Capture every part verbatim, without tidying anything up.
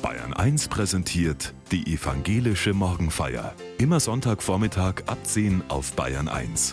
Bayern eins präsentiert die evangelische Morgenfeier. Immer Sonntagvormittag ab zehn auf Bayern eins.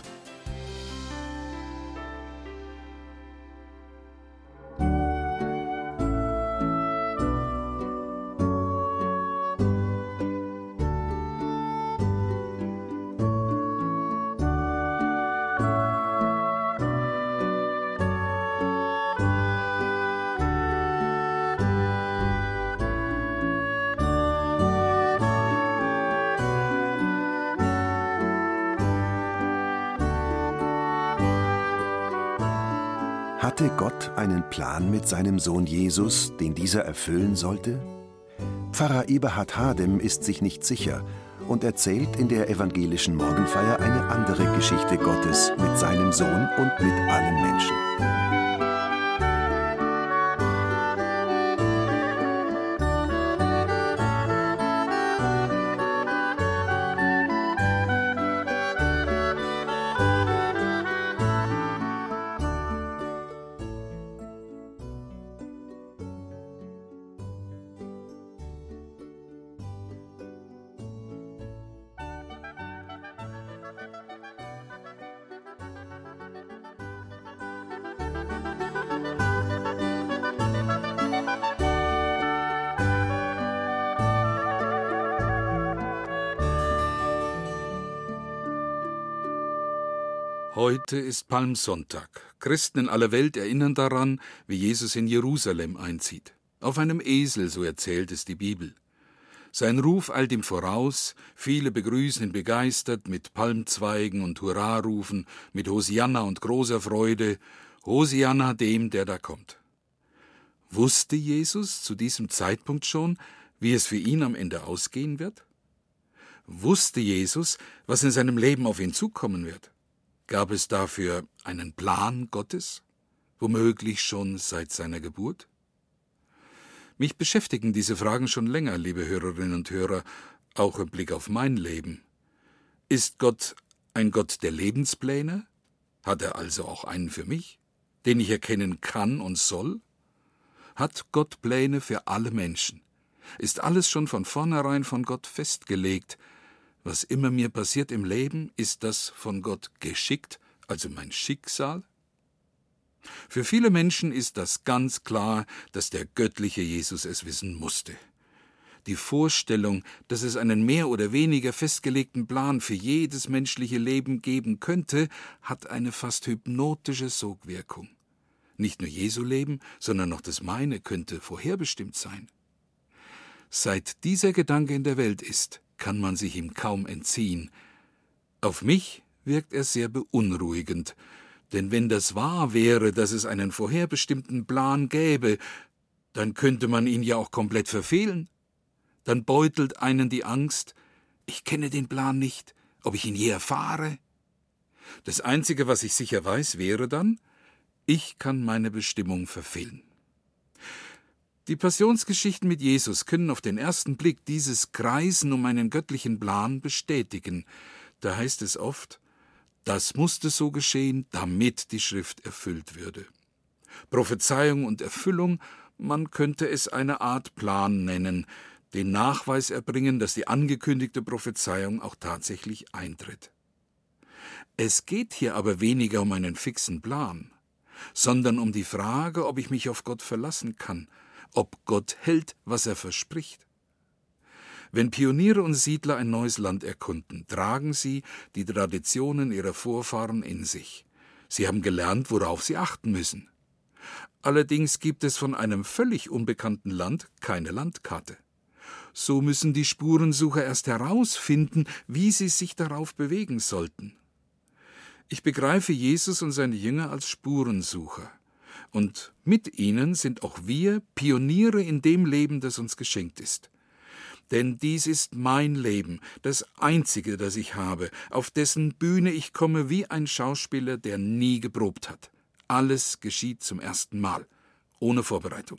Hatte Gott einen Plan mit seinem Sohn Jesus, den dieser erfüllen sollte? Pfarrer Eberhard Hadem ist sich nicht sicher und erzählt in der evangelischen Morgenfeier eine andere Geschichte Gottes mit seinem Sohn und mit allen Menschen. Heute ist Palmsonntag. Christen in aller Welt erinnern daran, wie Jesus in Jerusalem einzieht. Auf einem Esel, so erzählt es die Bibel. Sein Ruf eilt ihm voraus, viele begrüßen ihn begeistert mit Palmzweigen und Hurrarufen, mit Hosianna und großer Freude, Hosianna dem, der da kommt. Wusste Jesus zu diesem Zeitpunkt schon, wie es für ihn am Ende ausgehen wird? Wusste Jesus, was in seinem Leben auf ihn zukommen wird? Gab es dafür einen Plan Gottes, womöglich schon seit seiner Geburt? Mich beschäftigen diese Fragen schon länger, liebe Hörerinnen und Hörer, auch im Blick auf mein Leben. Ist Gott ein Gott der Lebenspläne? Hat er also auch einen für mich, den ich erkennen kann und soll? Hat Gott Pläne für alle Menschen? Ist alles schon von vornherein von Gott festgelegt? Was immer mir passiert im Leben, ist das von Gott geschickt, also mein Schicksal? Für viele Menschen ist das ganz klar, dass der göttliche Jesus es wissen musste. Die Vorstellung, dass es einen mehr oder weniger festgelegten Plan für jedes menschliche Leben geben könnte, hat eine fast hypnotische Sogwirkung. Nicht nur Jesu Leben, sondern auch das meine könnte vorherbestimmt sein. Seit dieser Gedanke in der Welt ist, kann man sich ihm kaum entziehen. Auf mich wirkt er sehr beunruhigend, denn wenn das wahr wäre, dass es einen vorherbestimmten Plan gäbe, dann könnte man ihn ja auch komplett verfehlen. Dann beutelt einen die Angst, ich kenne den Plan nicht, ob ich ihn je erfahre. Das Einzige, was ich sicher weiß, wäre dann, ich kann meine Bestimmung verfehlen. Die Passionsgeschichten mit Jesus können auf den ersten Blick dieses Kreisen um einen göttlichen Plan bestätigen. Da heißt es oft, das musste so geschehen, damit die Schrift erfüllt würde. Prophezeiung und Erfüllung, man könnte es eine Art Plan nennen, den Nachweis erbringen, dass die angekündigte Prophezeiung auch tatsächlich eintritt. Es geht hier aber weniger um einen fixen Plan, sondern um die Frage, ob ich mich auf Gott verlassen kann, ob Gott hält, was er verspricht. Wenn Pioniere und Siedler ein neues Land erkunden, tragen sie die Traditionen ihrer Vorfahren in sich. Sie haben gelernt, worauf sie achten müssen. Allerdings gibt es von einem völlig unbekannten Land keine Landkarte. So müssen die Spurensucher erst herausfinden, wie sie sich darauf bewegen sollten. Ich begreife Jesus und seine Jünger als Spurensucher. Und mit ihnen sind auch wir Pioniere in dem Leben, das uns geschenkt ist. Denn dies ist mein Leben, das einzige, das ich habe, auf dessen Bühne ich komme wie ein Schauspieler, der nie geprobt hat. Alles geschieht zum ersten Mal, ohne Vorbereitung.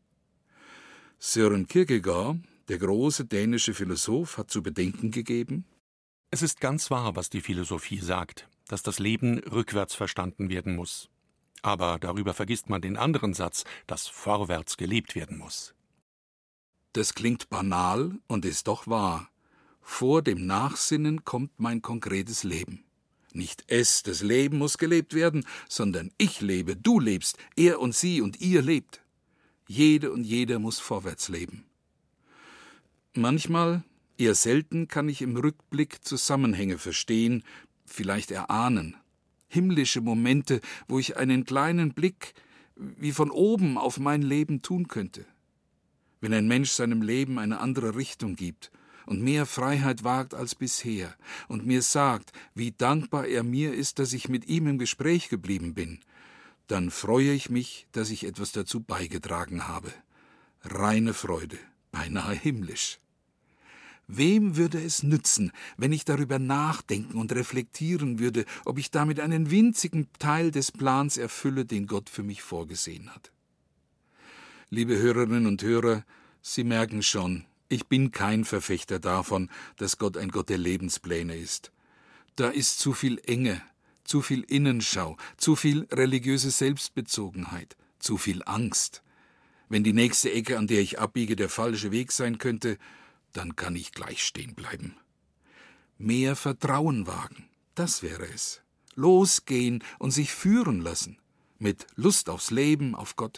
Søren Kierkegaard, der große dänische Philosoph, hat zu bedenken gegeben: Es ist ganz wahr, was die Philosophie sagt, dass das Leben rückwärts verstanden werden muss. Aber darüber vergisst man den anderen Satz, dass vorwärts gelebt werden muss. Das klingt banal und ist doch wahr. Vor dem Nachsinnen kommt mein konkretes Leben. Nicht es, das Leben muss gelebt werden, sondern ich lebe, du lebst, er und sie und ihr lebt. Jede und jeder muss vorwärts leben. Manchmal, eher selten, kann ich im Rückblick Zusammenhänge verstehen, vielleicht erahnen. Himmlische Momente, wo ich einen kleinen Blick wie von oben auf mein Leben tun könnte. Wenn ein Mensch seinem Leben eine andere Richtung gibt und mehr Freiheit wagt als bisher und mir sagt, wie dankbar er mir ist, dass ich mit ihm im Gespräch geblieben bin, dann freue ich mich, dass ich etwas dazu beigetragen habe. Reine Freude, beinahe himmlisch. Wem würde es nützen, wenn ich darüber nachdenken und reflektieren würde, ob ich damit einen winzigen Teil des Plans erfülle, den Gott für mich vorgesehen hat? Liebe Hörerinnen und Hörer, Sie merken schon, ich bin kein Verfechter davon, dass Gott ein Gott der Lebenspläne ist. Da ist zu viel Enge, zu viel Innenschau, zu viel religiöse Selbstbezogenheit, zu viel Angst. Wenn die nächste Ecke, an der ich abbiege, der falsche Weg sein könnte, dann kann ich gleich stehen bleiben. Mehr Vertrauen wagen, das wäre es. Losgehen und sich führen lassen, mit Lust aufs Leben, auf Gott.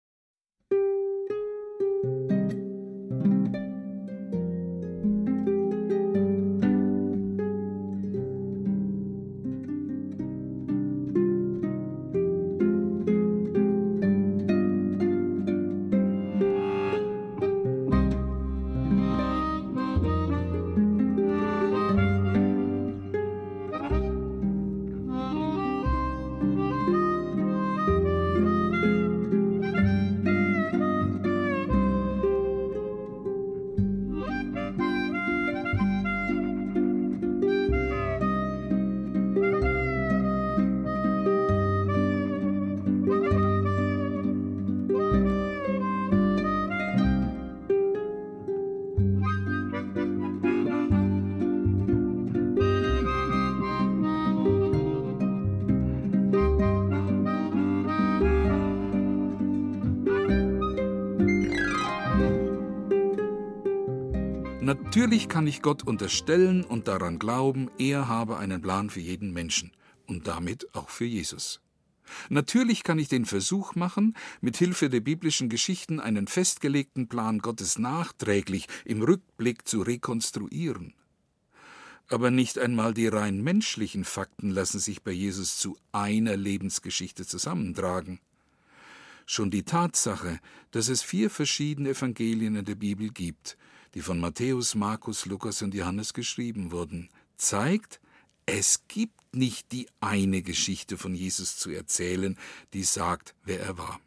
Natürlich kann ich Gott unterstellen und daran glauben, er habe einen Plan für jeden Menschen und damit auch für Jesus. Natürlich kann ich den Versuch machen, mit Hilfe der biblischen Geschichten einen festgelegten Plan Gottes nachträglich im Rückblick zu rekonstruieren. Aber nicht einmal die rein menschlichen Fakten lassen sich bei Jesus zu einer Lebensgeschichte zusammentragen. Schon die Tatsache, dass es vier verschiedene Evangelien in der Bibel gibt, die von Matthäus, Markus, Lukas und Johannes geschrieben wurden, zeigt, es gibt nicht die eine Geschichte von Jesus zu erzählen, die sagt, wer er war.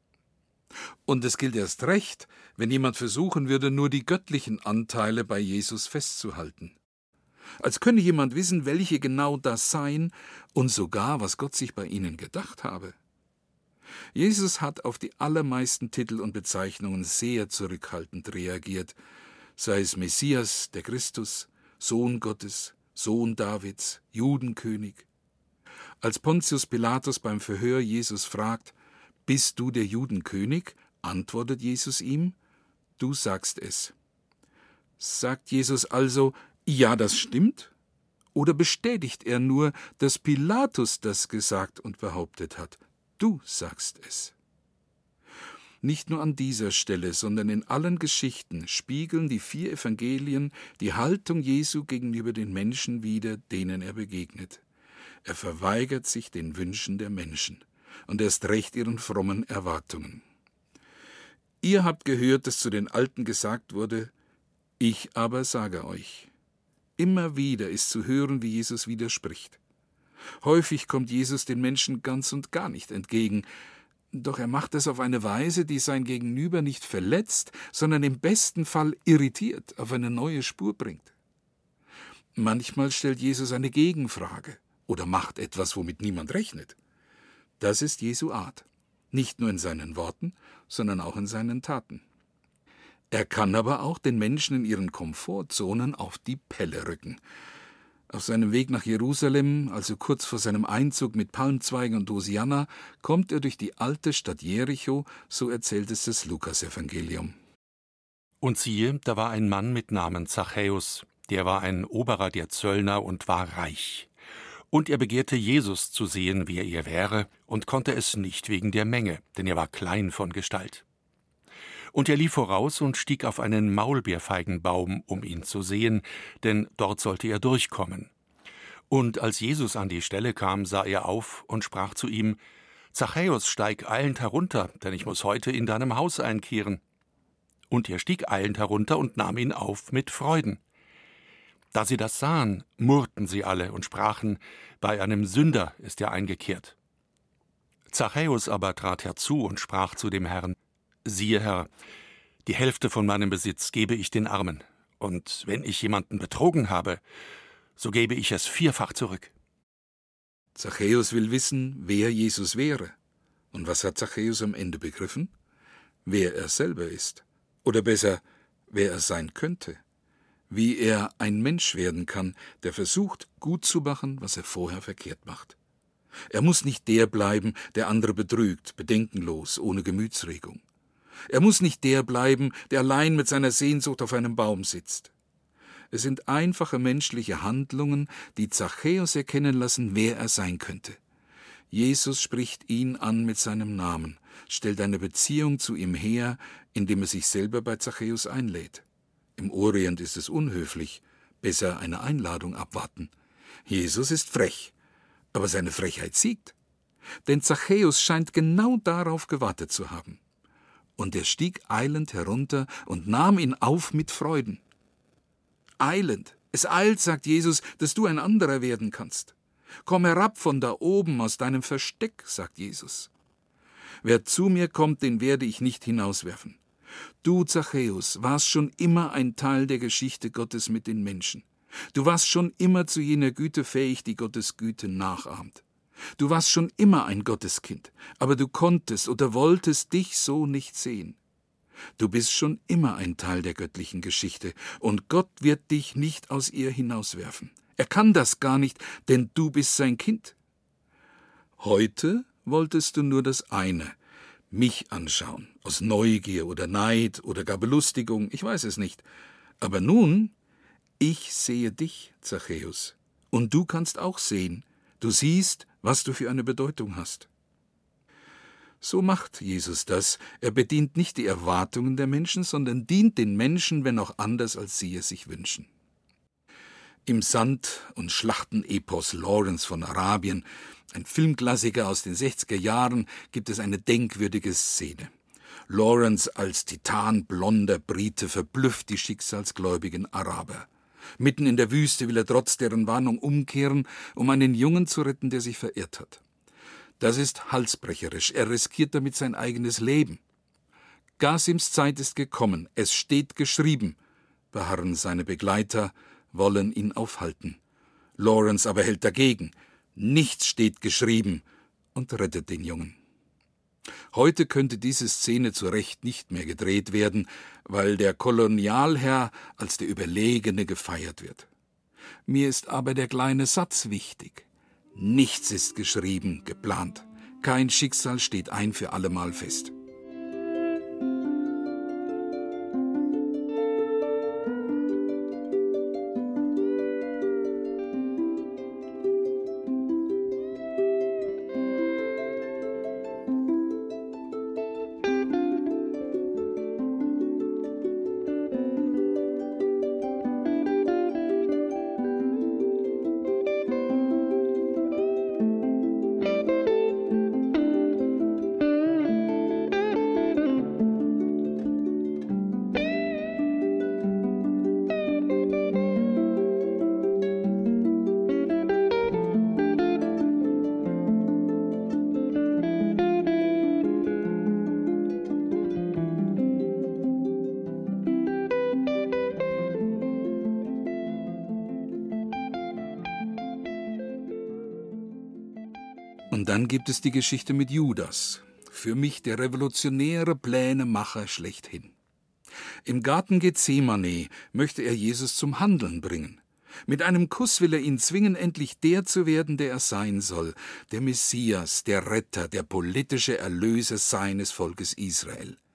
Und es gilt erst recht, wenn jemand versuchen würde, nur die göttlichen Anteile bei Jesus festzuhalten. Als könne jemand wissen, welche genau das seien und sogar, was Gott sich bei ihnen gedacht habe. Jesus hat auf die allermeisten Titel und Bezeichnungen sehr zurückhaltend reagiert, sei es Messias, der Christus, Sohn Gottes, Sohn Davids, Judenkönig. Als Pontius Pilatus beim Verhör Jesus fragt, »Bist du der Judenkönig?«, antwortet Jesus ihm, »Du sagst es.« Sagt Jesus also, »Ja, das stimmt«? Oder bestätigt er nur, dass Pilatus das gesagt und behauptet hat, »Du sagst es«? Nicht nur an dieser Stelle, sondern in allen Geschichten spiegeln die vier Evangelien die Haltung Jesu gegenüber den Menschen wider, denen er begegnet. Er verweigert sich den Wünschen der Menschen und erst recht ihren frommen Erwartungen. Ihr habt gehört, dass zu den Alten gesagt wurde, ich aber sage euch. Immer wieder ist zu hören, wie Jesus widerspricht. Häufig kommt Jesus den Menschen ganz und gar nicht entgegen, doch er macht es auf eine Weise, die sein Gegenüber nicht verletzt, sondern im besten Fall irritiert, auf eine neue Spur bringt. Manchmal stellt Jesus eine Gegenfrage oder macht etwas, womit niemand rechnet. Das ist Jesu Art, nicht nur in seinen Worten, sondern auch in seinen Taten. Er kann aber auch den Menschen in ihren Komfortzonen auf die Pelle rücken. Auf seinem Weg nach Jerusalem, also kurz vor seinem Einzug mit Palmzweigen und Hosianna, kommt er durch die alte Stadt Jericho, so erzählt es das Lukasevangelium. Und siehe, da war ein Mann mit Namen Zachäus, der war ein Oberer der Zöllner und war reich. Und er begehrte Jesus zu sehen, wer er wäre, und konnte es nicht wegen der Menge, denn er war klein von Gestalt. Und er lief voraus und stieg auf einen Maulbeerfeigenbaum, um ihn zu sehen, denn dort sollte er durchkommen. Und als Jesus an die Stelle kam, sah er auf und sprach zu ihm: Zachäus, steig eilend herunter, denn ich muss heute in deinem Haus einkehren. Und er stieg eilend herunter und nahm ihn auf mit Freuden. Da sie das sahen, murrten sie alle und sprachen: Bei einem Sünder ist er eingekehrt. Zachäus aber trat herzu und sprach zu dem Herrn: Siehe, Herr, die Hälfte von meinem Besitz gebe ich den Armen, und wenn ich jemanden betrogen habe, so gebe ich es vierfach zurück. Zachäus will wissen, wer Jesus wäre. Und was hat Zachäus am Ende begriffen? Wer er selber ist. Oder besser, wer er sein könnte. Wie er ein Mensch werden kann, der versucht, gut zu machen, was er vorher verkehrt macht. Er muss nicht der bleiben, der andere betrügt, bedenkenlos, ohne Gemütsregung. Er muss nicht der bleiben, der allein mit seiner Sehnsucht auf einem Baum sitzt. Es sind einfache menschliche Handlungen, die Zachäus erkennen lassen, wer er sein könnte. Jesus spricht ihn an mit seinem Namen, stellt eine Beziehung zu ihm her, indem er sich selber bei Zachäus einlädt. Im Orient ist es unhöflich, besser eine Einladung abwarten. Jesus ist frech, aber seine Frechheit siegt. Denn Zachäus scheint genau darauf gewartet zu haben. Und er stieg eilend herunter und nahm ihn auf mit Freuden. Eilend, es eilt, sagt Jesus, dass du ein anderer werden kannst. Komm herab von da oben aus deinem Versteck, sagt Jesus. Wer zu mir kommt, den werde ich nicht hinauswerfen. Du, Zachäus, warst schon immer ein Teil der Geschichte Gottes mit den Menschen. Du warst schon immer zu jener Güte fähig, die Gottes Güte nachahmt. Du warst schon immer ein Gotteskind, aber du konntest oder wolltest dich so nicht sehen. Du bist schon immer ein Teil der göttlichen Geschichte, und Gott wird dich nicht aus ihr hinauswerfen. Er kann das gar nicht, denn du bist sein Kind. Heute wolltest du nur das eine, mich anschauen, aus Neugier oder Neid oder gar Belustigung, ich weiß es nicht. Aber nun, ich sehe dich, Zachäus, und du kannst auch sehen. Du siehst, was du für eine Bedeutung hast. So macht Jesus das. Er bedient nicht die Erwartungen der Menschen, sondern dient den Menschen, wenn auch anders, als sie es sich wünschen. Im Sand- und Schlachtenepos Lawrence von Arabien, ein Filmklassiker aus den sechziger Jahren, gibt es eine denkwürdige Szene. Lawrence als titanblonder Brite verblüfft die schicksalsgläubigen Araber. Mitten in der Wüste will er trotz deren Warnung umkehren, um einen Jungen zu retten, der sich verirrt hat. Das ist halsbrecherisch, er riskiert damit sein eigenes Leben. Qasims Zeit ist gekommen, es steht geschrieben, beharren seine Begleiter, wollen ihn aufhalten. Lawrence aber hält dagegen, nichts steht geschrieben, und rettet den Jungen. Heute könnte diese Szene zu Recht nicht mehr gedreht werden, weil der Kolonialherr als der Überlegene gefeiert wird. Mir ist aber der kleine Satz wichtig. Nichts ist geschrieben, geplant. Kein Schicksal steht ein für allemal fest. Und dann gibt es die Geschichte mit Judas, für mich der revolutionäre Plänemacher schlechthin. Im Garten Gethsemane möchte er Jesus zum Handeln bringen. Mit einem Kuss will er ihn zwingen, endlich der zu werden, der er sein soll, der Messias, der Retter, der politische Erlöser seines Volkes Israel.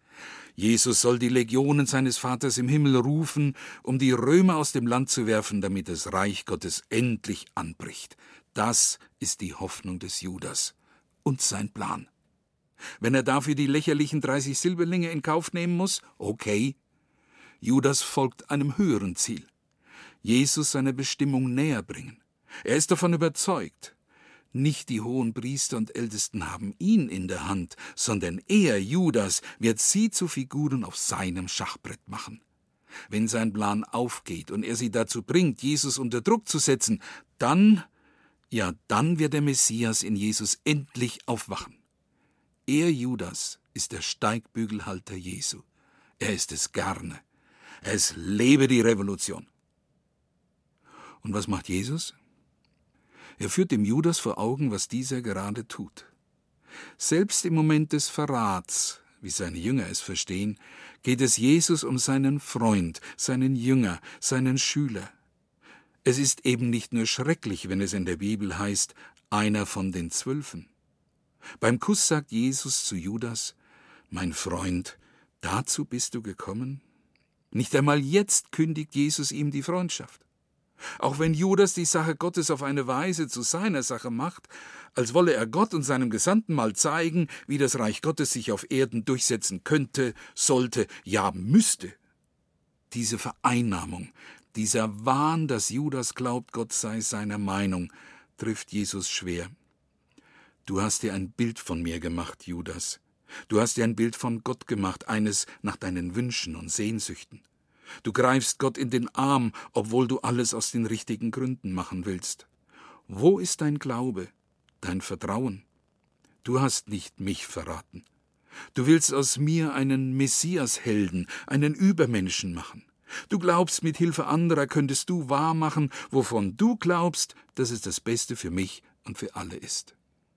Jesus soll die Legionen seines Vaters im Himmel rufen, um die Römer aus dem Land zu werfen, damit das Reich Gottes endlich anbricht. Das ist die Hoffnung des Judas und sein Plan. Wenn er dafür die lächerlichen dreißig Silberlinge in Kauf nehmen muss, okay. Judas folgt einem höheren Ziel. Jesus seiner Bestimmung näher bringen. Er ist davon überzeugt. Nicht die hohen Priester und Ältesten haben ihn in der Hand, sondern er, Judas, wird sie zu Figuren auf seinem Schachbrett machen. Wenn sein Plan aufgeht und er sie dazu bringt, Jesus unter Druck zu setzen, dann, ja, dann wird der Messias in Jesus endlich aufwachen. Er, Judas, ist der Steigbügelhalter Jesu. Er ist es gerne. Es lebe die Revolution. Und was macht Jesus? Er führt dem Judas vor Augen, was dieser gerade tut. Selbst im Moment des Verrats, wie seine Jünger es verstehen, geht es Jesus um seinen Freund, seinen Jünger, seinen Schüler. Es ist eben nicht nur schrecklich, wenn es in der Bibel heißt, einer von den Zwölfen. Beim Kuss sagt Jesus zu Judas, mein Freund, dazu bist du gekommen? Nicht einmal jetzt kündigt Jesus ihm die Freundschaft. Auch wenn Judas die Sache Gottes auf eine Weise zu seiner Sache macht, als wolle er Gott und seinem Gesandten mal zeigen, wie das Reich Gottes sich auf Erden durchsetzen könnte, sollte, ja müsste. Diese Vereinnahmung, dieser Wahn, dass Judas glaubt, Gott sei seiner Meinung, trifft Jesus schwer. Du hast dir ein Bild von mir gemacht, Judas. Du hast dir ein Bild von Gott gemacht, eines nach deinen Wünschen und Sehnsüchten. Du greifst Gott in den Arm, obwohl du alles aus den richtigen Gründen machen willst. Wo ist dein Glaube, dein Vertrauen? Du hast nicht mich verraten. Du willst aus mir einen Messiashelden, einen Übermenschen machen. Du glaubst, mit Hilfe anderer könntest du wahrmachen, wovon du glaubst, dass es das Beste für mich und für alle ist.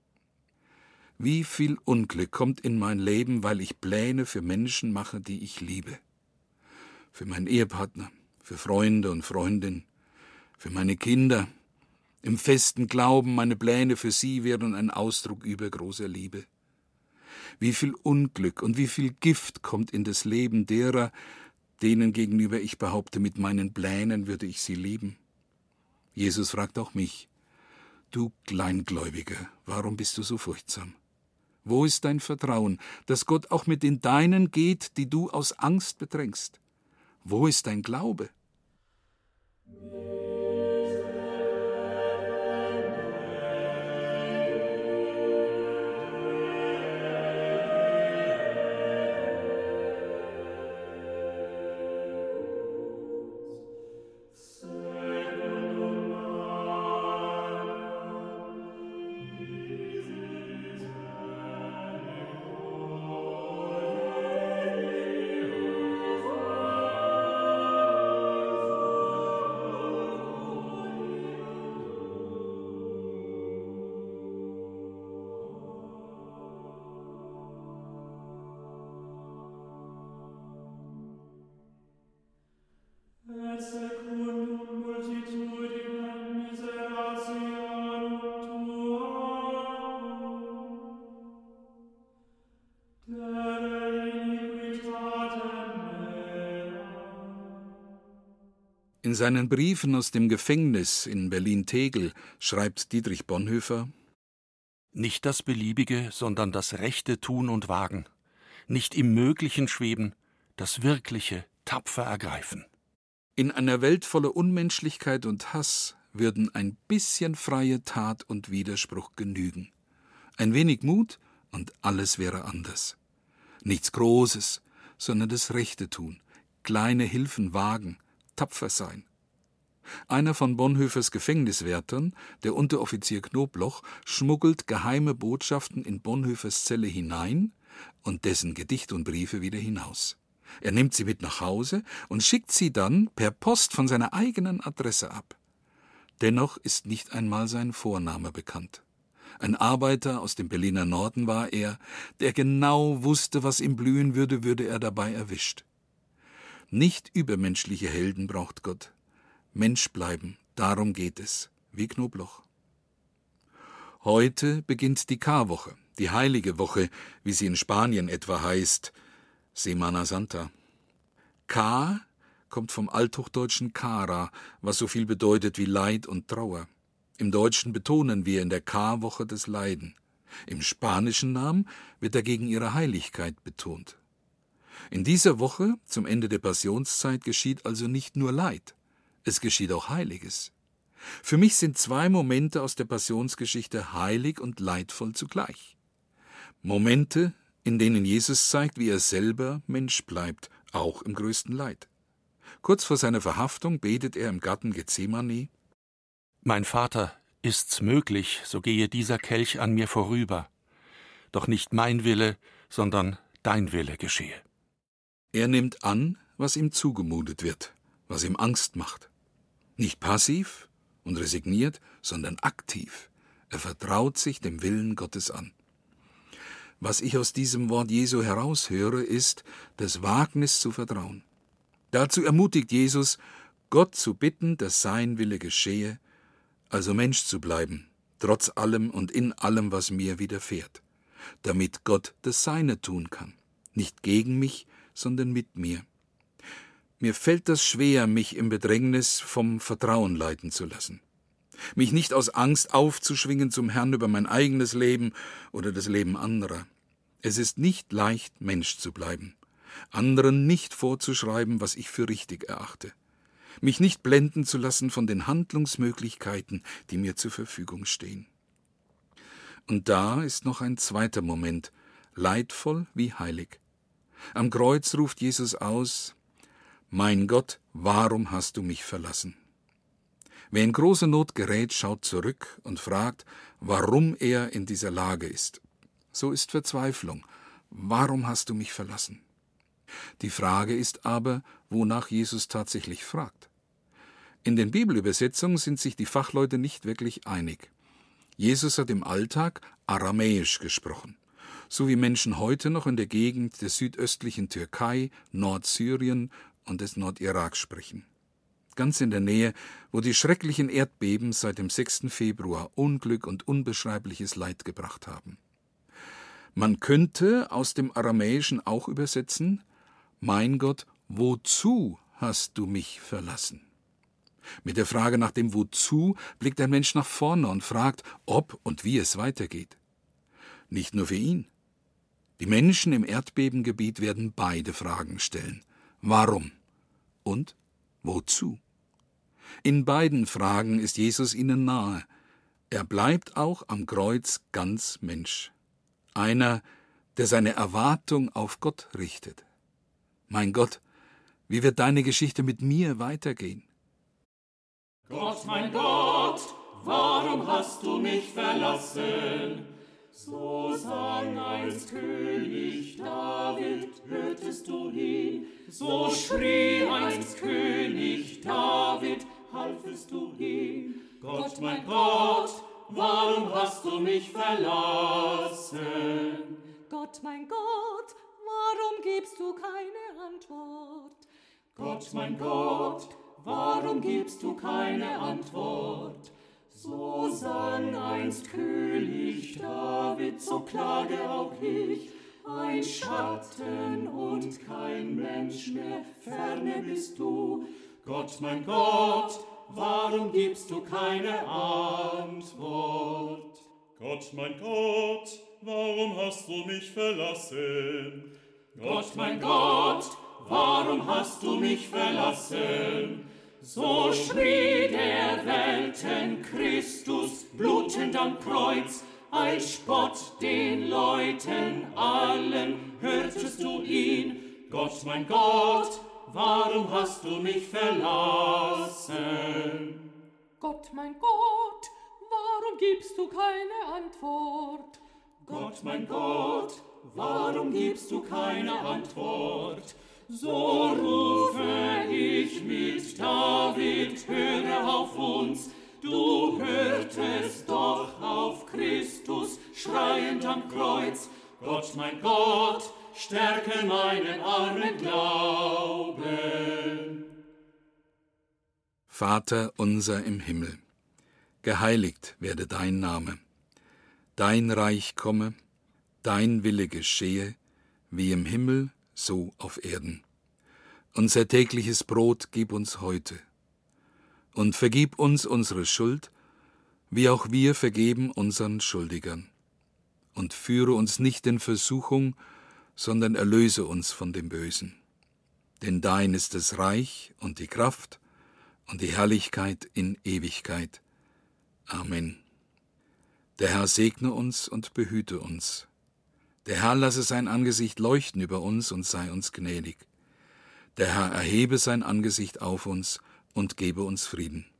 Wie viel Unglück kommt in mein Leben, weil ich Pläne für Menschen mache, die ich liebe. Für meinen Ehepartner, für Freunde und Freundinnen, für meine Kinder. Im festen Glauben, meine Pläne für sie wären ein Ausdruck übergroßer Liebe. Wie viel Unglück und wie viel Gift kommt in das Leben derer, denen gegenüber ich behaupte, mit meinen Plänen würde ich sie lieben. Jesus fragt auch mich, du Kleingläubiger, warum bist du so furchtsam? Wo ist dein Vertrauen, dass Gott auch mit den Deinen geht, die du aus Angst bedrängst? Wo ist dein Glaube? In seinen Briefen aus dem Gefängnis in Berlin-Tegel schreibt Dietrich Bonhoeffer: Nicht das Beliebige, sondern das Rechte tun und wagen. Nicht im Möglichen schweben, das Wirkliche tapfer ergreifen. In einer Welt voller Unmenschlichkeit und Hass würden ein bisschen freie Tat und Widerspruch genügen. Ein wenig Mut und alles wäre anders. Nichts Großes, sondern das Rechte tun, kleine Hilfen wagen, tapfer sein. Einer von Bonhoeffers Gefängniswärtern, der Unteroffizier Knobloch, schmuggelt geheime Botschaften in Bonhoeffers Zelle hinein und dessen Gedicht und Briefe wieder hinaus. Er nimmt sie mit nach Hause und schickt sie dann per Post von seiner eigenen Adresse ab. Dennoch ist nicht einmal sein Vorname bekannt. Ein Arbeiter aus dem Berliner Norden war er, der genau wusste, was ihm blühen würde, würde er dabei erwischt. Nicht übermenschliche Helden braucht Gott. Mensch bleiben, darum geht es, wie Knobloch. Heute beginnt die Karwoche, die heilige Woche, wie sie in Spanien etwa heißt. Semana Santa. Ka kommt vom althochdeutschen Kara, was so viel bedeutet wie Leid und Trauer. Im Deutschen betonen wir in der Karwoche das Leiden. Im spanischen Namen wird dagegen ihre Heiligkeit betont. In dieser Woche, zum Ende der Passionszeit, geschieht also nicht nur Leid, es geschieht auch Heiliges. Für mich sind zwei Momente aus der Passionsgeschichte heilig und leidvoll zugleich. Momente, in denen Jesus zeigt, wie er selber Mensch bleibt, auch im größten Leid. Kurz vor seiner Verhaftung betet er im Garten Gethsemane: Mein Vater, ist's möglich, so gehe dieser Kelch an mir vorüber. Doch nicht mein Wille, sondern dein Wille geschehe. Er nimmt an, was ihm zugemutet wird, was ihm Angst macht. Nicht passiv und resigniert, sondern aktiv. Er vertraut sich dem Willen Gottes an. Was ich aus diesem Wort Jesu heraushöre, ist das Wagnis zu vertrauen. Dazu ermutigt Jesus, Gott zu bitten, dass sein Wille geschehe, also Mensch zu bleiben, trotz allem und in allem, was mir widerfährt, damit Gott das Seine tun kann, nicht gegen mich, sondern mit mir. Mir fällt das schwer, mich im Bedrängnis vom Vertrauen leiten zu lassen, mich nicht aus Angst aufzuschwingen zum Herrn über mein eigenes Leben oder das Leben anderer. Es ist nicht leicht, Mensch zu bleiben, anderen nicht vorzuschreiben, was ich für richtig erachte, mich nicht blenden zu lassen von den Handlungsmöglichkeiten, die mir zur Verfügung stehen. Und da ist noch ein zweiter Moment, leidvoll wie heilig. Am Kreuz ruft Jesus aus: Mein Gott, warum hast du mich verlassen? Wer in große Not gerät, schaut zurück und fragt, warum er in dieser Lage ist. So ist Verzweiflung. Warum hast du mich verlassen? Die Frage ist aber, wonach Jesus tatsächlich fragt. In den Bibelübersetzungen sind sich die Fachleute nicht wirklich einig. Jesus hat im Alltag Aramäisch gesprochen, so wie Menschen heute noch in der Gegend der südöstlichen Türkei, Nordsyrien und des Nordirak sprechen. Ganz in der Nähe, wo die schrecklichen Erdbeben seit dem sechsten Februar Unglück und unbeschreibliches Leid gebracht haben. Man könnte aus dem Aramäischen auch übersetzen: Mein Gott, wozu hast du mich verlassen? Mit der Frage nach dem Wozu blickt ein Mensch nach vorne und fragt, ob und wie es weitergeht. Nicht nur für ihn. Die Menschen im Erdbebengebiet werden beide Fragen stellen. Warum und wozu? In beiden Fragen ist Jesus ihnen nahe. Er bleibt auch am Kreuz ganz Mensch. Einer, der seine Erwartung auf Gott richtet. Mein Gott, wie wird deine Geschichte mit mir weitergehen? Gott, mein Gott, warum hast du mich verlassen? So sang einst König David, hörtest du ihn? So schrie einst König David, halfest du ihm? Gott, mein Gott, warum hast du mich verlassen? Gott, mein Gott, warum gibst du keine Antwort? Gott, mein Gott, warum gibst du keine Antwort? So sang einst König David, so klage auch ich, ein Schatten und kein Mensch mehr, ferne bist du. Gott, mein Gott, warum gibst du keine Antwort? Gott, mein Gott, warum hast du mich verlassen? Gott, mein Gott, warum hast du mich verlassen? So schrie der Welten Christus blutend am Kreuz, als Spott den Leuten allen, hörtest du ihn? Gott, mein Gott, warum hast du mich verlassen? Gott, mein Gott, warum gibst du keine Antwort? Gott, mein Gott, warum gibst du keine Antwort? So rufe ich mit David, höre auf uns, du hörtest doch auf Christus, schreiend am Kreuz. Gott, mein Gott, stärke meinen armen Glauben. Vater unser im Himmel, geheiligt werde dein Name. Dein Reich komme, dein Wille geschehe, wie im Himmel, so auf Erden. Unser tägliches Brot gib uns heute. Und vergib uns unsere Schuld, wie auch wir vergeben unseren Schuldigern. Und führe uns nicht in Versuchung, sondern erlöse uns von dem Bösen. Denn dein ist das Reich und die Kraft und die Herrlichkeit in Ewigkeit. Amen. Der Herr segne uns und behüte uns. Der Herr lasse sein Angesicht leuchten über uns und sei uns gnädig. Der Herr erhebe sein Angesicht auf uns und gebe uns Frieden.